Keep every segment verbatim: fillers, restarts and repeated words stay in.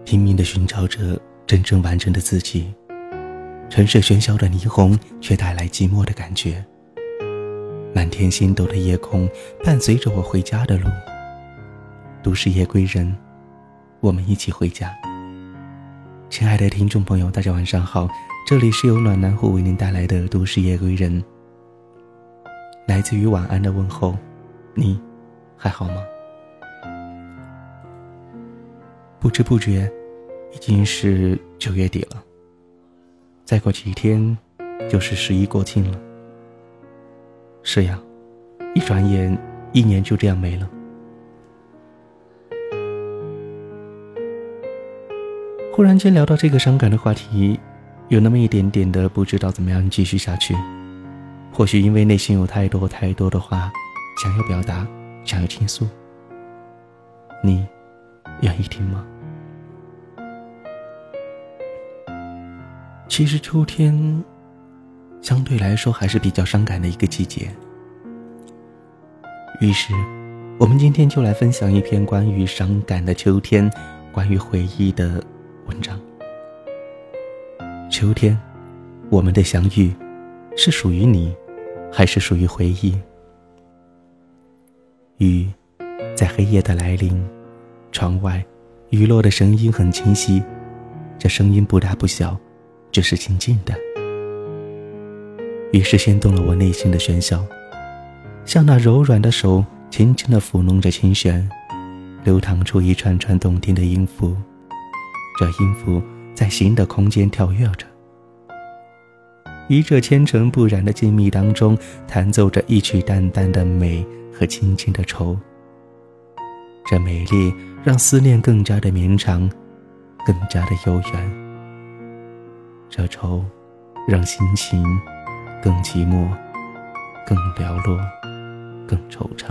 拼命地寻找着真正完整的自己。城市喧嚣的霓虹却带来寂寞的感觉。满天星斗的夜空伴随着我回家的路。都市夜归人，我们一起回家。亲爱的听众朋友，大家晚上好，这里是由暖男户为您带来的都市夜归人。来自于晚安的问候，你还好吗？不知不觉已经是九月底了，再过几天就是十一国庆了。是呀，一转眼一年就这样没了。忽然间聊到这个伤感的话题，有那么一点点的不知道怎么样继续下去。或许因为内心有太多太多的话想要表达，想要倾诉。你愿意听吗？其实秋天相对来说还是比较伤感的一个季节。于是我们今天就来分享一篇关于伤感的秋天，关于回忆的文章。秋天，我们的相遇是属于你，还是属于回忆？雨在黑夜的来临，窗外雨落的声音很清晰，这声音不大不小，只是静静的。于是掀动了我内心的喧嚣，像那柔软的手轻轻地抚弄着琴弦，流淌出一串串动听的音符。这音符在新的空间跳跃着，于这纤尘不染的静谧当中，弹奏着一曲淡淡的美和轻轻的愁。这美丽让思念更加的绵长，更加的悠远。这愁让心情更寂寞，更寥落，更惆怅。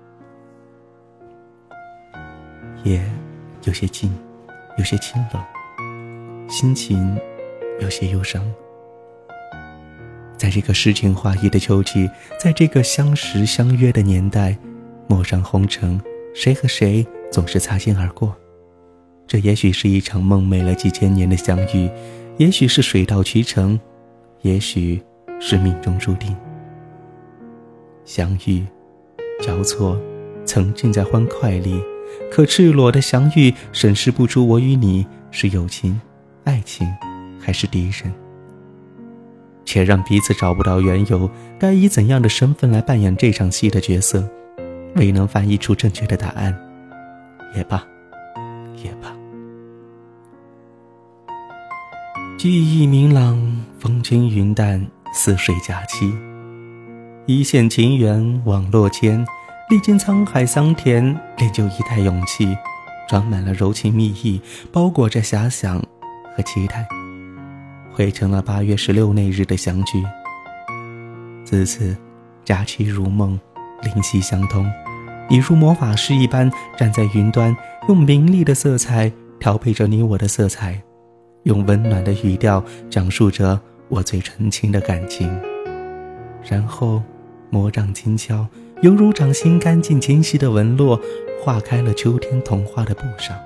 夜有些静，有些清冷，心情有些忧伤。在这个诗情画意的秋季，在这个相识相约的年代，陌上红尘，谁和谁总是擦肩而过。这也许是一场梦寐了几千年的相遇，也许是水到渠成，也许是命中注定。相遇交错，曾浸在欢快里，可赤裸的相遇审视不出我与你是友情、爱情还是敌人。且让彼此找不到缘由，该以怎样的身份来扮演这场戏的角色，未能翻译出正确的答案。也罢也罢。记忆明朗，风轻云淡，似水假期。一线情缘网络间，历经沧海桑田，练就一袋勇气，装满了柔情蜜意，包裹着遐想和期待，汇成了八月十六那日的相聚。自此假期如梦，灵犀相通，你如魔法师一般站在云端，用明丽的色彩调配着你我的色彩，用温暖的语调讲述着我最纯情的感情。然后魔杖轻敲，犹如掌心干净清晰的纹络，画开了秋天童话的布上。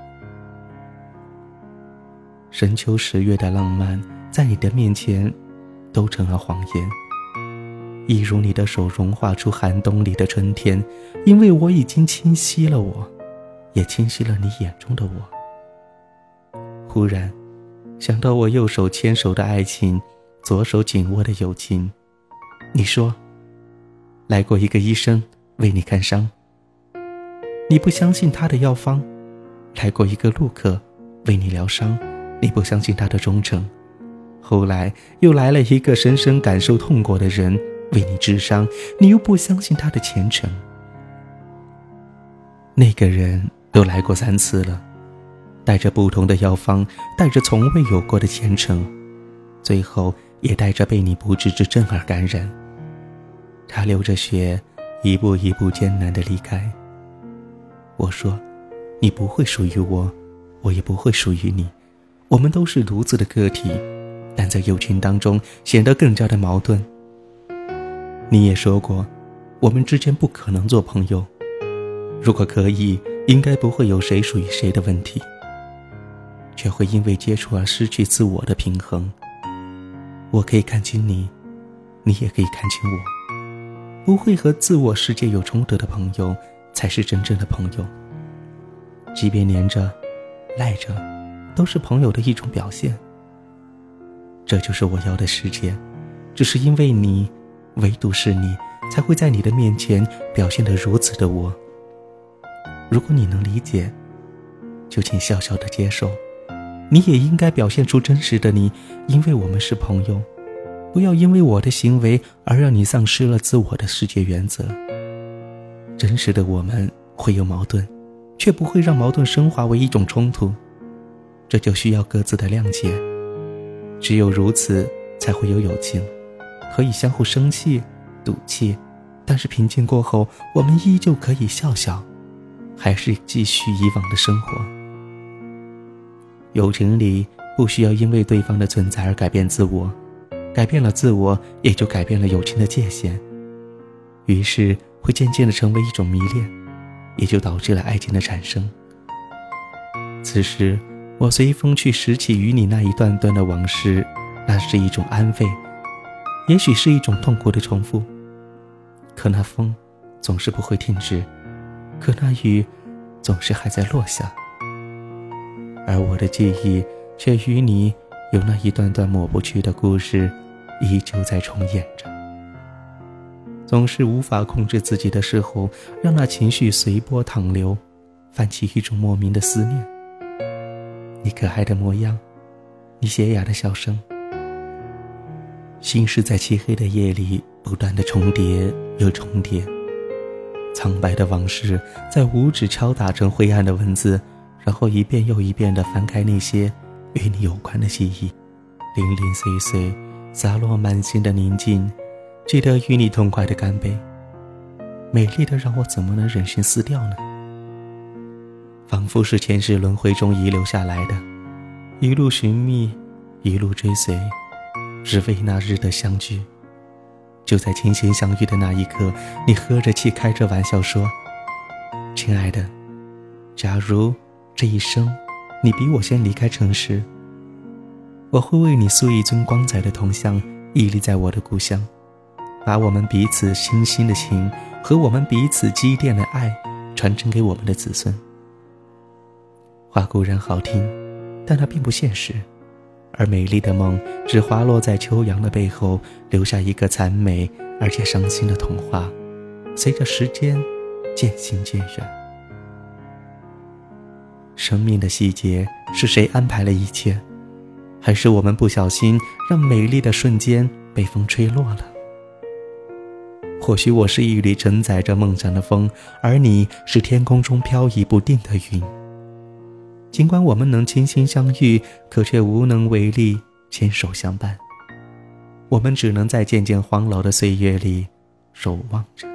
深秋十月的浪漫在你的面前都成了谎言，一如你的手融化出寒冬里的春天，因为我已经清晰了我，也清晰了你眼中的我。忽然想到我右手牵手的爱情，左手紧握的友情。你说来过一个医生为你看伤，你不相信他的药方；来过一个路客为你疗伤，你不相信他的忠诚。后来又来了一个深深感受痛过的人为你治伤，你又不相信他的虔诚。那个人又来过三次了，带着不同的药方，带着从未有过的虔诚，最后也带着被你不治之症而感染。他流着血，一步一步艰难地离开。我说，你不会属于我，我也不会属于你，我们都是独自的个体，但在友情当中显得更加的矛盾。你也说过，我们之间不可能做朋友，如果可以，应该不会有谁属于谁的问题。 却会因为接触而失去自我的平衡。我可以看清你，你也可以看清我。不会和自我世界有冲突的朋友，才是真正的朋友。即便黏着、赖着，都是朋友的一种表现。这就是我要的世界，只是因为你，唯独是你，才会在你的面前表现得如此的我。如果你能理解，就请笑笑地接受。你也应该表现出真实的你，因为我们是朋友。不要因为我的行为而让你丧失了自我的世界原则。真实的我们会有矛盾，却不会让矛盾升华为一种冲突，这就需要各自的谅解。只有如此，才会有友情，可以相互生气、赌气，但是平静过后，我们依旧可以笑笑，还是继续以往的生活。友情里不需要因为对方的存在而改变自我，改变了自我，也就改变了友情的界限，于是会渐渐地成为一种迷恋，也就导致了爱情的产生。此时我随风去拾起与你那一段段的往事，那是一种安慰，也许是一种痛苦的重复。可那风总是不会停止，可那雨总是还在落下，而我的记忆却与你有那一段段抹不去的故事依旧在重演着。总是无法控制自己的时候，让那情绪随波淌流，泛起一种莫名的思念。你可爱的模样，你嘶哑的笑声，心事在漆黑的夜里不断的重叠又重叠，苍白的往事在五指敲打成灰暗的文字，然后一遍又一遍地翻开那些与你有关的记忆，零零碎碎洒落满心的宁静，记得与你痛快的干杯，美丽的让我怎么能忍心撕掉呢？仿佛是前世轮回中遗留下来的，一路寻觅，一路追随，只为那日的相聚。就在倾心相遇的那一刻，你喝着气开着玩笑说，亲爱的，假如这一生你比我先离开城市，我会为你塑一尊光彩的铜像，屹立在我的故乡，把我们彼此倾心的情和我们彼此积淀的爱传承给我们的子孙。话固然好听，但它并不现实，而美丽的梦只滑落在秋阳的背后，留下一个残美而且伤心的童话，随着时间渐行渐远。生命的细节是谁安排了一切，还是我们不小心让美丽的瞬间被风吹落了？或许我是一缕承载着梦想的风，而你是天空中飘移不定的云。尽管我们能倾心相遇，可却无能为力牵手相伴，我们只能在渐渐荒老的岁月里守望着。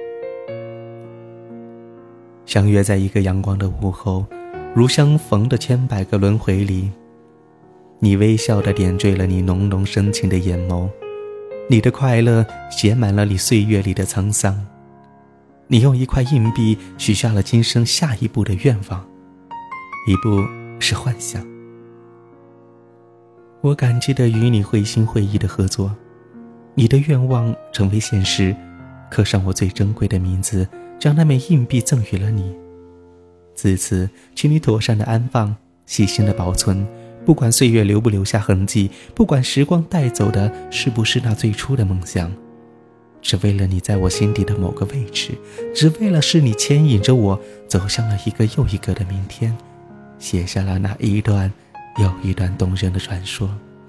相约在一个阳光的午后，如相逢的千百个轮回里，你微笑地点缀了你浓浓深情的眼眸，你的快乐写满了你岁月里的沧桑。你用一块硬币许下了今生下一步的愿望，一步是幻想。我感激地与你会心会意的合作，你的愿望成为现实，刻上我最珍贵的名字，将那枚硬币赠予了你。自此，请你妥善的安放，细心的保存，不管岁月留不留下痕迹，不管时光带走的是不是那最初的梦想，只为了你在我心底的某个位置，只为了是你牵引着我走向了一个又一个的明天，写下了那一段又一段动人的传说。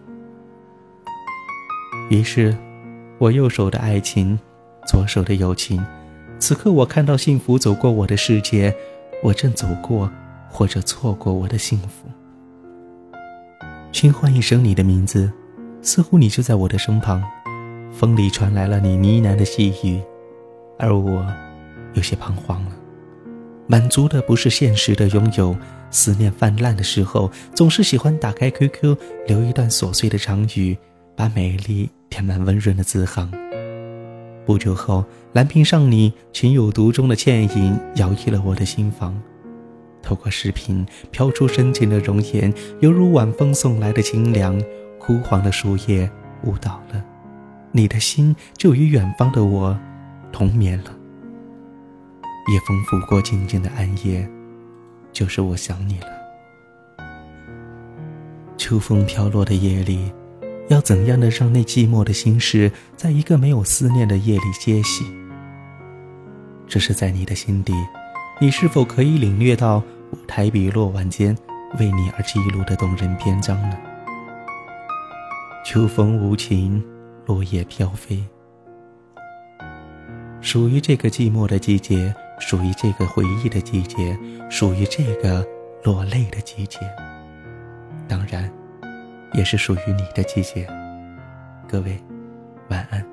于是我右手的爱情，左手的友情，此刻我看到幸福走过我的世界，我正走过或者错过我的幸福。轻唤一声你的名字，似乎你就在我的身旁，风里传来了你呢喃的细语，而我有些彷徨了。满足的不是现实的拥有，思念泛滥的时候，总是喜欢打开 Q Q， 留一段琐碎的长语，把美丽填满温润的字行。不久后，蓝屏上你情有独钟的倩影摇曳了我的心房， 透过视频飘出深情的容颜，犹如晚风送来的清凉。枯黄的树叶舞蹈了，你的心就与远方的我同眠了。夜风拂过静静的暗夜，就是我想你了。秋风飘落的夜里，要怎样的让那寂寞的心事在一个没有思念的夜里歇息？这是在你的心底，你是否可以领略到我抬笔落碗间为你而记录的动人篇章呢？秋风无情，落叶飘飞，属于这个寂寞的季节，属于这个回忆的季节，属于这个落泪的季节，当然也是属于你的季节。各位晚安。